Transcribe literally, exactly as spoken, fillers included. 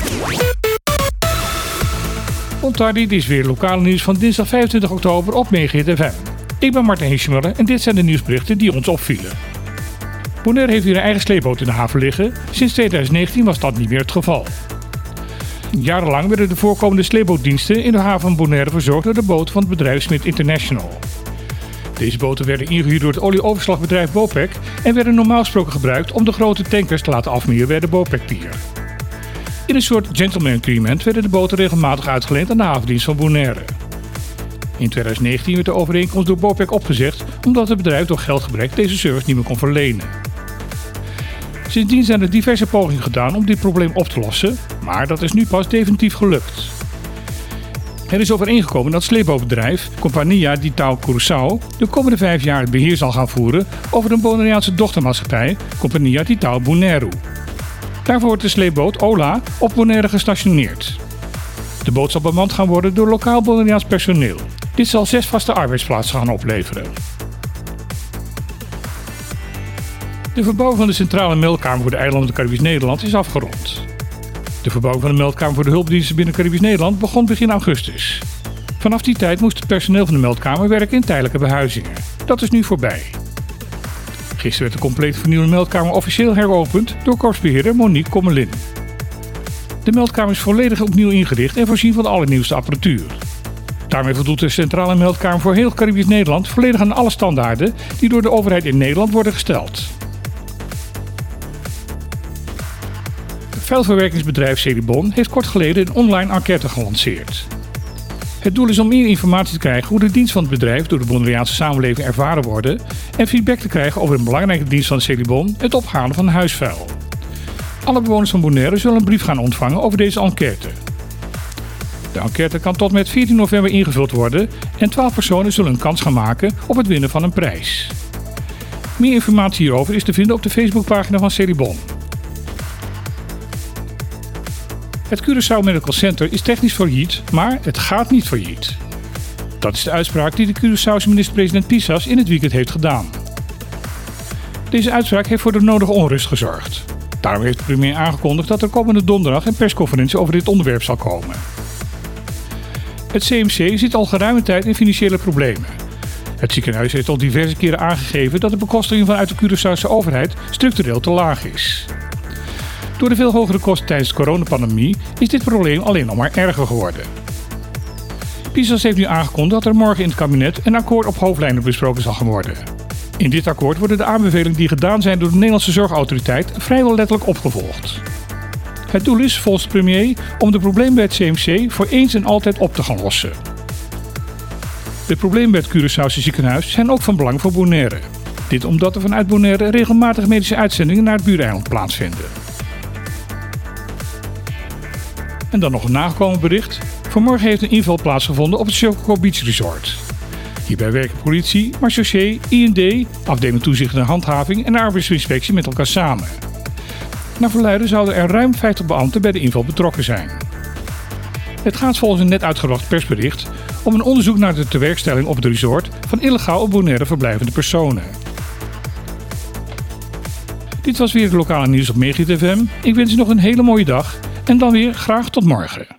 Ontardi, dit is weer lokale nieuws van dinsdag vijfentwintig oktober op Megahit F M. Ik ben Martin Heeschmuller en dit zijn de nieuwsberichten die ons opvielen. Bonaire heeft weer een eigen sleepboot in de haven liggen. Sinds tweeduizend negentien was dat niet meer het geval. Jarenlang werden de voorkomende sleepbootdiensten in de haven van Bonaire verzorgd door de boten van het bedrijf Smith International. Deze boten werden ingehuurd door het olieoverslagbedrijf Bopec en werden normaal gesproken gebruikt om de grote tankers te laten afmeren bij de Bopec-pier. In een soort gentleman agreement werden de boten regelmatig uitgeleend aan de havendienst van Bonaire. In tweeduizend negentien werd de overeenkomst door Bopec opgezegd omdat het bedrijf door geldgebrek deze service niet meer kon verlenen. Sindsdien zijn er diverse pogingen gedaan om dit probleem op te lossen, maar dat is nu pas definitief gelukt. Er is overeengekomen dat het sleepbootbedrijf Companhia de Itao Curaçao de komende vijf jaar het beheer zal gaan voeren over een Bonaireaanse dochtermaatschappij Companhia de Itao Bonaire. Daarvoor wordt de sleepboot Ola op Bonaire gestationeerd. De boot zal bemand gaan worden door lokaal Bonaireaans personeel. Dit zal zes vaste arbeidsplaatsen gaan opleveren. De verbouwing van de centrale meldkamer voor de eilanden Caribisch Nederland is afgerond. De verbouwing van de meldkamer voor de hulpdiensten binnen Caribisch Nederland begon begin augustus. Vanaf die tijd moest het personeel van de meldkamer werken in tijdelijke behuizingen. Dat is nu voorbij. Gisteren werd de compleet vernieuwde meldkamer officieel heropend door korpsbeheerder Monique Kommelin. De meldkamer is volledig opnieuw ingericht en voorzien van de allernieuwste apparatuur. Daarmee voldoet de centrale meldkamer voor heel Caribisch Nederland volledig aan alle standaarden die door de overheid in Nederland worden gesteld. Het vuilverwerkingsbedrijf Celibon heeft kort geleden een online enquête gelanceerd. Het doel is om meer informatie te krijgen hoe de dienst van het bedrijf door de Bonaireaanse samenleving ervaren worden en feedback te krijgen over een belangrijke dienst van Celibon, het ophalen van huisvuil. Alle bewoners van Bonaire zullen een brief gaan ontvangen over deze enquête. De enquête kan tot met veertien november ingevuld worden en twaalf personen zullen een kans gaan maken op het winnen van een prijs. Meer informatie hierover is te vinden op de Facebookpagina van Celibon. Het Curaçao Medical Center is technisch failliet, maar het gaat niet failliet. Dat is de uitspraak die de Curaçaose minister-president Pisas in het weekend heeft gedaan. Deze uitspraak heeft voor de nodige onrust gezorgd. Daarom heeft de premier aangekondigd dat er komende donderdag een persconferentie over dit onderwerp zal komen. Het C M C zit al geruime tijd in financiële problemen. Het ziekenhuis heeft al diverse keren aangegeven dat de bekostiging vanuit de Curaçaose overheid structureel te laag is. Door de veel hogere kosten tijdens de coronapandemie is dit probleem alleen nog maar erger geworden. Pisas heeft nu aangekondigd dat er morgen in het kabinet een akkoord op hoofdlijnen besproken zal gaan worden. In dit akkoord worden de aanbevelingen die gedaan zijn door de Nederlandse Zorgautoriteit vrijwel letterlijk opgevolgd. Het doel is, volgens de premier, om de problemen bij het C M C voor eens en altijd op te gaan lossen. De problemen bij het Curaçaose ziekenhuis zijn ook van belang voor Bonaire. Dit omdat er vanuit Bonaire regelmatig medische uitzendingen naar het buureiland plaatsvinden. En dan nog een nagekomen bericht. Vanmorgen heeft een inval plaatsgevonden op het Choco Beach Resort. Hierbij werken politie, marechaussee, I N D, afdeling toezicht en handhaving en de arbeidsinspectie met elkaar samen. Naar verluiden zouden er ruim vijftig beambten bij de inval betrokken zijn. Het gaat volgens een net uitgebracht persbericht om een onderzoek naar de tewerkstelling op het resort van illegaal op Bonaire verblijvende personen. Dit was weer het lokale nieuws op Megahit F M. Ik wens u nog een hele mooie dag en dan weer graag tot morgen.